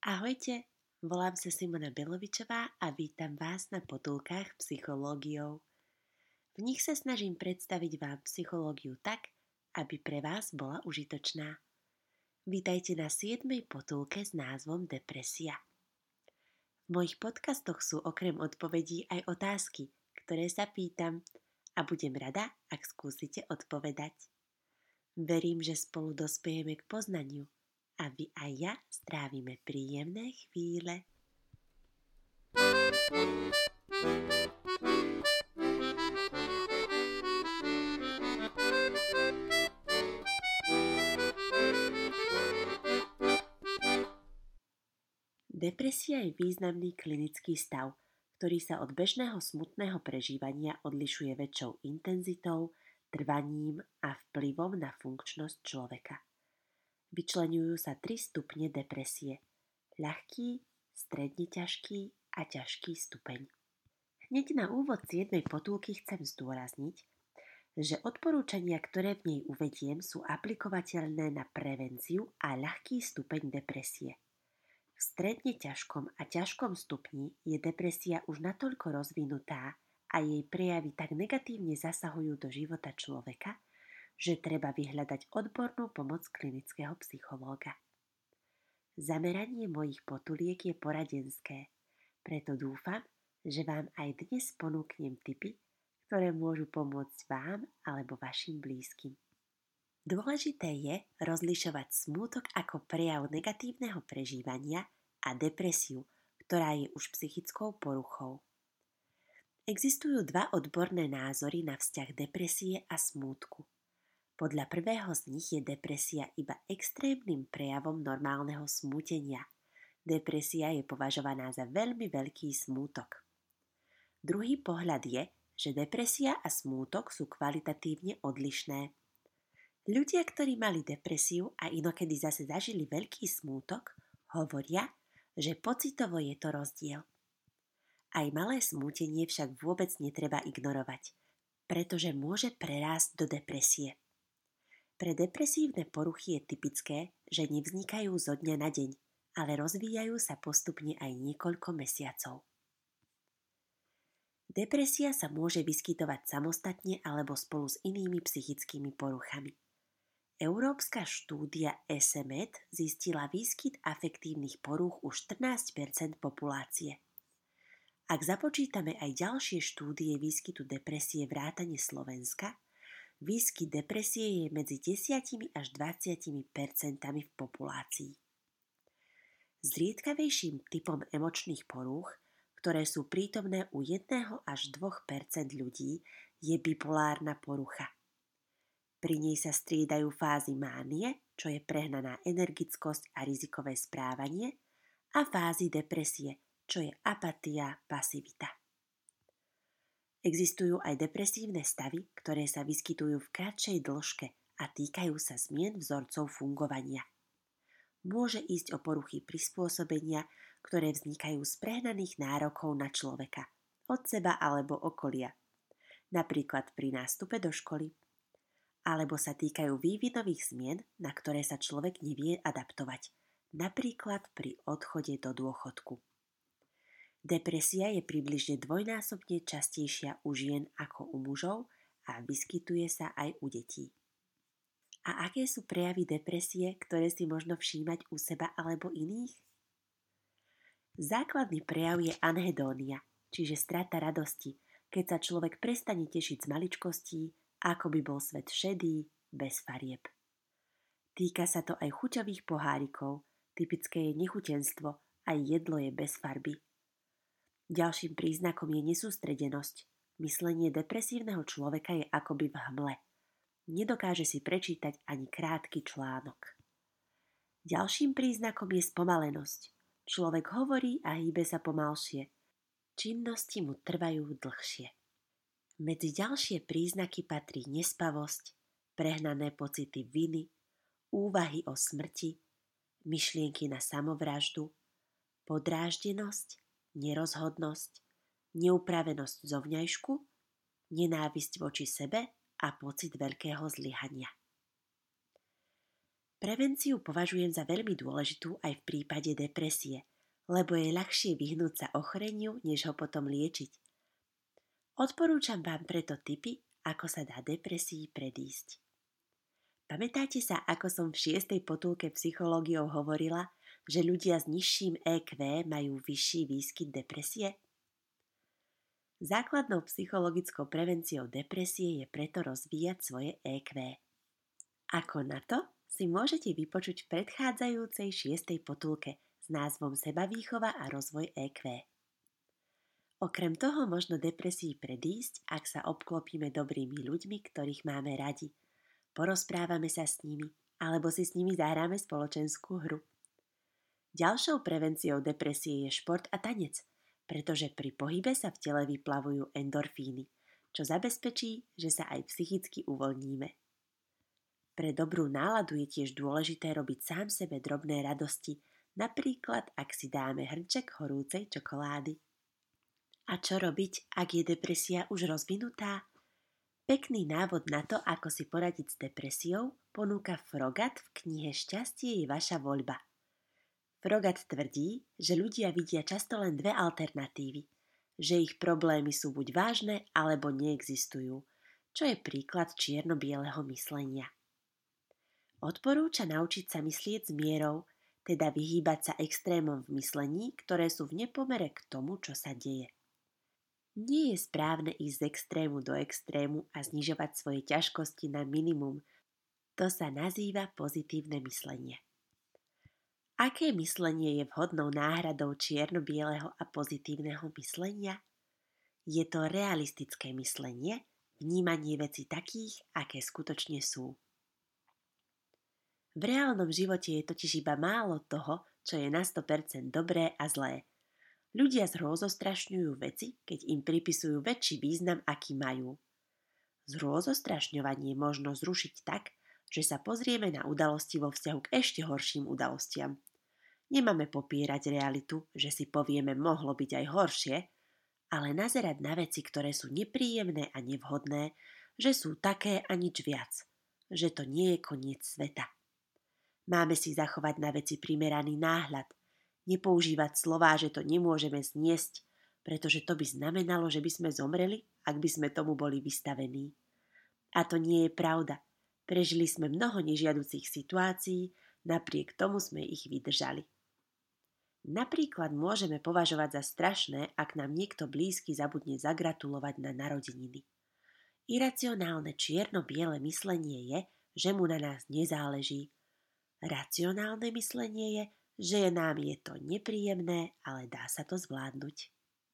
Ahojte, volám sa Simona Belovičová a vítam vás na potulkách psychológiou. V nich sa snažím predstaviť vám psychológiu tak, aby pre vás bola užitočná. Vítajte na 7. potulke s názvom Depresia. V mojich podcastoch sú okrem odpovedí aj otázky, ktoré sa pýtam a budem rada, ak skúsite odpovedať. Verím, že spolu dospejeme k poznaniu a vy aj ja strávime príjemné chvíle. Depresia je významný klinický stav, ktorý sa od bežného smutného prežívania odlišuje väčšou intenzitou, trvaním a vplyvom na funkčnosť človeka. Vyčleňujú sa 3 stupne depresie: ľahký, stredne ťažký a ťažký stupeň. Hneď na úvod 7. potulky chcem zdôrazniť, že odporúčania, ktoré v nej uvediem, sú aplikovateľné na prevenciu a ľahký stupeň depresie. V stredne ťažkom a ťažkom stupni je depresia už natoľko rozvinutá a jej prejavy tak negatívne zasahujú do života človeka, že treba vyhľadať odbornú pomoc klinického psychológa. Zameranie mojich potuliek je poradenské, preto dúfam, že vám aj dnes ponúknem tipy, ktoré môžu pomôcť vám alebo vašim blízkym. Dôležité je rozlišovať smútok ako prejav negatívneho prežívania a depresiu, ktorá je už psychickou poruchou. Existujú 2 odborné názory na vzťah depresie a smútku. Podľa prvého z nich je depresia iba extrémnym prejavom normálneho smútenia. Depresia je považovaná za veľmi veľký smútok. Druhý pohľad je, že depresia a smútok sú kvalitatívne odlišné. Ľudia, ktorí mali depresiu a inokedy zase zažili veľký smútok, hovoria, že pocitovo je to rozdiel. Aj malé smútenie však vôbec netreba ignorovať, pretože môže prerásť do depresie. Pre depresívne poruchy je typické, že nevznikajú zo dňa na deň, ale rozvíjajú sa postupne aj niekoľko mesiacov. Depresia sa môže vyskytovať samostatne alebo spolu s inými psychickými poruchami. Európska štúdia ESEMED zistila výskyt afektívnych porúch u 14% populácie. Ak započítame aj ďalšie štúdie výskytu depresie vrátane Slovenska, výskyt depresie je medzi 10 až 20% v populácii. Zriedkavejším typom emočných porúch, ktoré sú prítomné u 1 až 2% ľudí, je bipolárna porucha. Pri nej sa striedajú fázy mánie, čo je prehnaná energickosť a rizikové správanie, a fázy depresie, čo je apatia, pasivita. Existujú aj depresívne stavy, ktoré sa vyskytujú v kratšej dĺžke a týkajú sa zmien vzorcov fungovania. Môže ísť o poruchy prispôsobenia, ktoré vznikajú z prehnaných nárokov na človeka, od seba alebo okolia, napríklad pri nástupe do školy, alebo sa týkajú vývinových zmien, na ktoré sa človek nevie adaptovať, napríklad pri odchode do dôchodku. Depresia je približne dvojnásobne častejšia u žien ako u mužov a vyskytuje sa aj u detí. A aké sú prejavy depresie, ktoré si možno všímať u seba alebo iných? Základný prejav je anhedónia, čiže strata radosti, keď sa človek prestane tešiť z maličkostí, ako by bol svet šedý, bez farieb. Týka sa to aj chuťových pohárikov, typické je nechutenstvo, aj jedlo je bez farby. Ďalším príznakom je nesústredenosť. Myslenie depresívneho človeka je akoby v hmle. Nedokáže si prečítať ani krátky článok. Ďalším príznakom je spomalenosť. Človek hovorí a hýbe sa pomalšie. Činnosti mu trvajú dlhšie. Medzi ďalšie príznaky patrí nespavosť, prehnané pocity viny, úvahy o smrti, myšlienky na samovraždu, podráždenosť, nerozhodnosť, neupravenosť zovňajšku, nenávisť voči sebe a pocit veľkého zlyhania. Prevenciu považujem za veľmi dôležitú aj v prípade depresie, lebo je ľahšie vyhnúť sa ochoreniu, než ho potom liečiť. Odporúčam vám preto tipy, ako sa dá depresii predísť. Pamätáte sa, ako som v 6. potulke psychológiou hovorila, že ľudia s nižším EQ majú vyšší výskyt depresie? Základnou psychologickou prevenciou depresie je preto rozvíjať svoje EQ. Ako na to si môžete vypočuť v predchádzajúcej 6. potulke s názvom Sebavýchova a rozvoj EQ. Okrem toho možno depresii predísť, ak sa obklopíme dobrými ľuďmi, ktorých máme radi. Porozprávame sa s nimi, alebo si s nimi zahráme spoločenskú hru. Ďalšou prevenciou depresie je šport a tanec, pretože pri pohybe sa v tele vyplavujú endorfíny, čo zabezpečí, že sa aj psychicky uvoľníme. Pre dobrú náladu je tiež dôležité robiť sám sebe drobné radosti, napríklad ak si dáme hrnček horúcej čokolády. A čo robiť, ak je depresia už rozvinutá? Pekný návod na to, ako si poradiť s depresiou, ponúka Frogat v knihe Šťastie je vaša voľba. Frogat tvrdí, že ľudia vidia často len dve alternatívy, že ich problémy sú buď vážne, alebo neexistujú, čo je príklad čierno-bieleho myslenia. Odporúča naučiť sa myslieť s mierou, teda vyhýbať sa extrémom v myslení, ktoré sú v nepomere k tomu, čo sa deje. Nie je správne ísť z extrému do extrému a znižovať svoje ťažkosti na minimum. To sa nazýva pozitívne myslenie. Aké myslenie je vhodnou náhradou čierno-bieleho a pozitívneho myslenia? Je to realistické myslenie, vnímanie vecí takých, aké skutočne sú. V reálnom živote je totiž iba málo toho, čo je na 100% dobré a zlé. Ľudia zhrôzostrašňujú veci, keď im pripisujú väčší význam, aký majú. Zhrôzostrašňovanie možno zrušiť tak, že sa pozrieme na udalosti vo vzťahu k ešte horším udalostiam. Nemáme popierať realitu, že si povieme mohlo byť aj horšie, ale nazerať na veci, ktoré sú nepríjemné a nevhodné, že sú také a nič viac, že to nie je koniec sveta. Máme si zachovať na veci primeraný náhľad, nepoužívať slová, že to nemôžeme zniesť, pretože to by znamenalo, že by sme zomreli, ak by sme tomu boli vystavení. A to nie je pravda. Prežili sme mnoho nežiaducich situácií, napriek tomu sme ich vydržali. Napríklad môžeme považovať za strašné, ak nám niekto blízky zabudne zagratulovať na narodeniny. Iracionálne čierno-biele myslenie je, že mu na nás nezáleží. Racionálne myslenie je, že nám je to nepríjemné, ale dá sa to zvládnuť.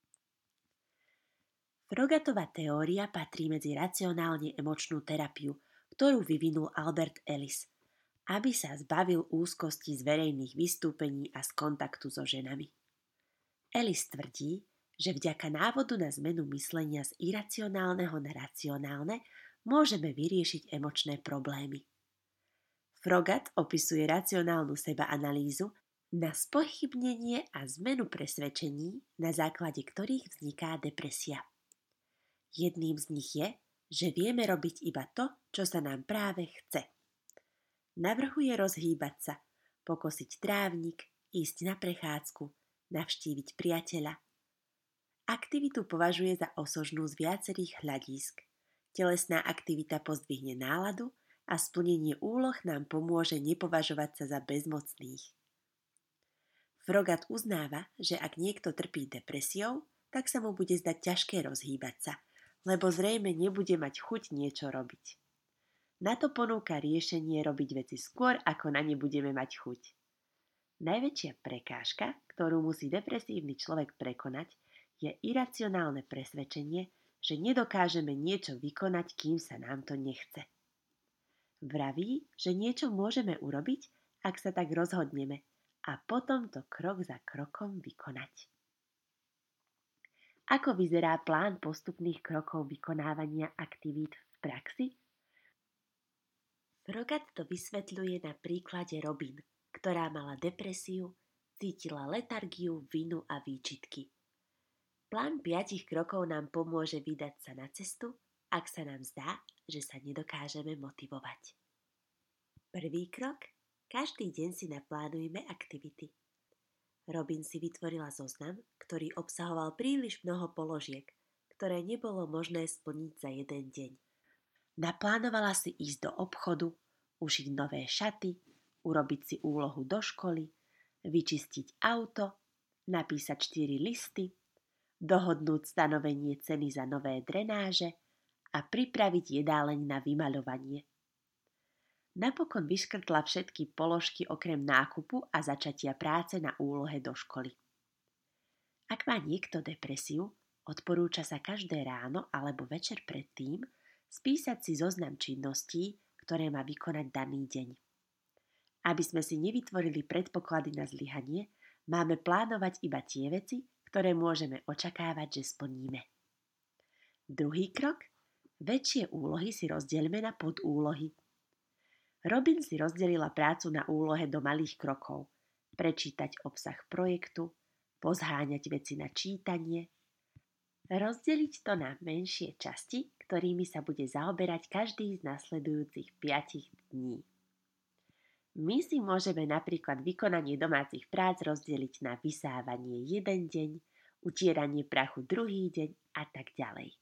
Frogatova teória patrí medzi racionálne emočnú terapiu, ktorú vyvinul Albert Ellis, aby sa zbavil úzkosti z verejných vystúpení a z kontaktu so ženami. Ellis tvrdí, že vďaka návodu na zmenu myslenia z iracionálneho na racionálne môžeme vyriešiť emočné problémy. Frogat opisuje racionálnu sebaanalýzu na spochybnenie a zmenu presvedčení, na základe ktorých vzniká depresia. Jedným z nich je, že vieme robiť iba to, čo sa nám práve chce. Navrhuje rozhýbať sa, pokosiť trávnik, ísť na prechádzku, navštíviť priateľa. Aktivitu považuje za osožnú z viacerých hľadísk. Telesná aktivita pozdvihne náladu a splnenie úloh nám pomôže nepovažovať sa za bezmocných. Frogat uznáva, že ak niekto trpí depresiou, tak sa mu bude zdať ťažké rozhýbať sa, lebo zrejme nebude mať chuť niečo robiť. Na to ponúka riešenie robiť veci skôr, ako na ne budeme mať chuť. Najväčšia prekážka, ktorú musí depresívny človek prekonať, je iracionálne presvedčenie, že nedokážeme niečo vykonať, kým sa nám to nechce. Vraví, že niečo môžeme urobiť, ak sa tak rozhodneme, a potom to krok za krokom vykonať. Ako vyzerá plán postupných krokov vykonávania aktivít v praxi? Frogat to vysvetľuje na príklade Robin, ktorá mala depresiu, cítila letargiu, vinu a výčitky. Plán 5 krokov nám pomôže vydať sa na cestu, ak sa nám zdá, že sa nedokážeme motivovať. Prvý krok: Každý deň si naplánujme aktivity. Robin si vytvorila zoznam, ktorý obsahoval príliš mnoho položiek, ktoré nebolo možné splniť za jeden deň. Naplánovala si ísť do obchodu, ušiť nové šaty, urobiť si úlohu do školy, vyčistiť auto, napísať 4 listy, dohodnúť stanovenie ceny za nové drenáže a pripraviť jedáleň na vymaľovanie. Napokon vyškrtla všetky položky okrem nákupu a začatia práce na úlohe do školy. Ak má niekto depresiu, odporúča sa každé ráno alebo večer predtým spísať si zoznam činností, ktoré má vykonať daný deň. Aby sme si nevytvorili predpoklady na zlyhanie, máme plánovať iba tie veci, ktoré môžeme očakávať, že splníme. Druhý krok. Väčšie úlohy si rozdeľme na podúlohy. Robin si rozdelila prácu na úlohe do malých krokov. Prečítať obsah projektu, pozháňať veci na čítanie, rozdeliť to na menšie časti, ktorými sa bude zaoberať každý z nasledujúcich 5 dní. My si môžeme napríklad vykonanie domácich prác rozdeliť na vysávanie jeden deň, utieranie prachu druhý deň a tak ďalej.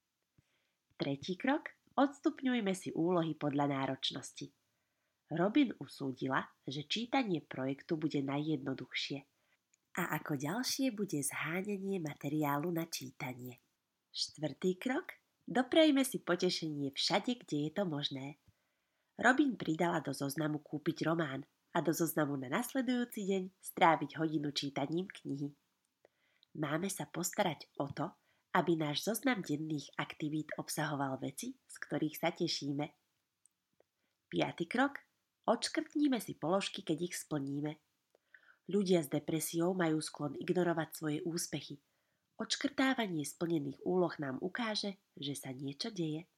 Tretí krok. Odstupňujme si úlohy podľa náročnosti. Robin usúdila, že čítanie projektu bude najjednoduchšie a ako ďalšie bude zháňanie materiálu na čítanie. Štvrtý krok. Doprajme si potešenie všade, kde je to možné. Robin pridala do zoznamu kúpiť román a do zoznamu na nasledujúci deň stráviť hodinu čítaním knihy. Máme sa postarať o to, aby náš zoznam denných aktivít obsahoval veci, z ktorých sa tešíme. Piaty krok. Odškrtníme si položky, keď ich splníme. Ľudia s depresiou majú sklon ignorovať svoje úspechy. Odškrtávanie splnených úloh nám ukáže, že sa niečo deje.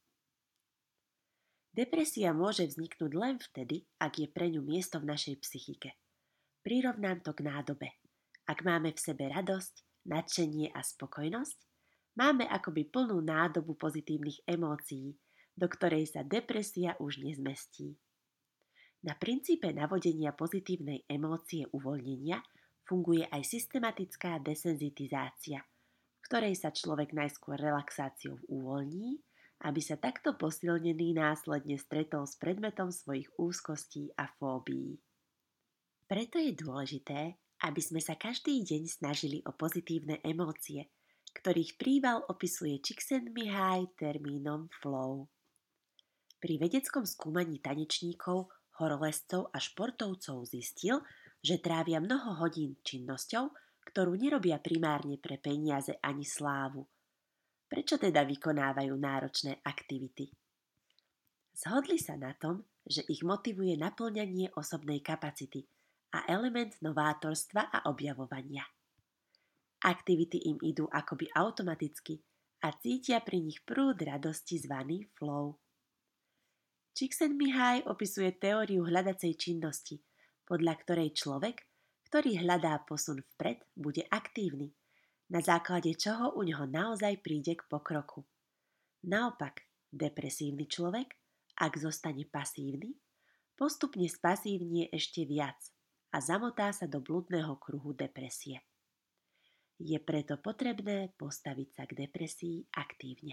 Depresia môže vzniknúť len vtedy, ak je pre ňu miesto v našej psychike. Prirovnám to k nádobe. Ak máme v sebe radosť, nadšenie a spokojnosť, máme akoby plnú nádobu pozitívnych emócií, do ktorej sa depresia už nezmestí. Na princípe navodenia pozitívnej emócie uvoľnenia funguje aj systematická desenzitizácia, v ktorej sa človek najskôr relaxáciou uvoľní, aby sa takto posilnený následne stretol s predmetom svojich úzkostí a fóbií. Preto je dôležité, aby sme sa každý deň snažili o pozitívne emócie, ktorých príval opisuje Csikszentmihalyi termínom flow. Pri vedeckom skúmaní tanečníkov, horolezcov a športovcov zistil, že trávia mnoho hodín činnosťou, ktorú nerobia primárne pre peniaze ani slávu. Prečo teda vykonávajú náročné aktivity? Zhodli sa na tom, že ich motivuje naplňanie osobnej kapacity a element novátorstva a objavovania. Aktivity im idú akoby automaticky a cítia pri nich prúd radosti zvaný flow. Csikszentmihalyi opisuje teóriu hľadacej činnosti, podľa ktorej človek, ktorý hľadá posun vpred, bude aktívny, na základe čoho u neho naozaj príde k pokroku. Naopak, depresívny človek, ak zostane pasívny, postupne spasívnie ešte viac a zamotá sa do bludného kruhu depresie. Je preto potrebné postaviť sa k depresii aktívne.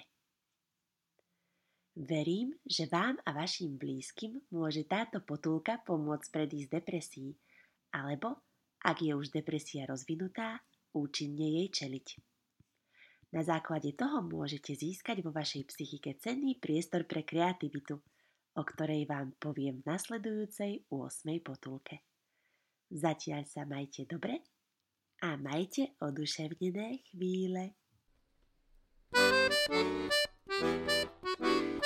Verím, že vám a vašim blízkym môže táto potulka pomôcť predísť depresii, alebo, ak je už depresia rozvinutá, účinne jej čeliť. Na základe toho môžete získať vo vašej psychike cenný priestor pre kreativitu, o ktorej vám poviem v nasledujúcej 8. potulke. Zatiaľ sa majte dobre a majte oduševnené chvíle.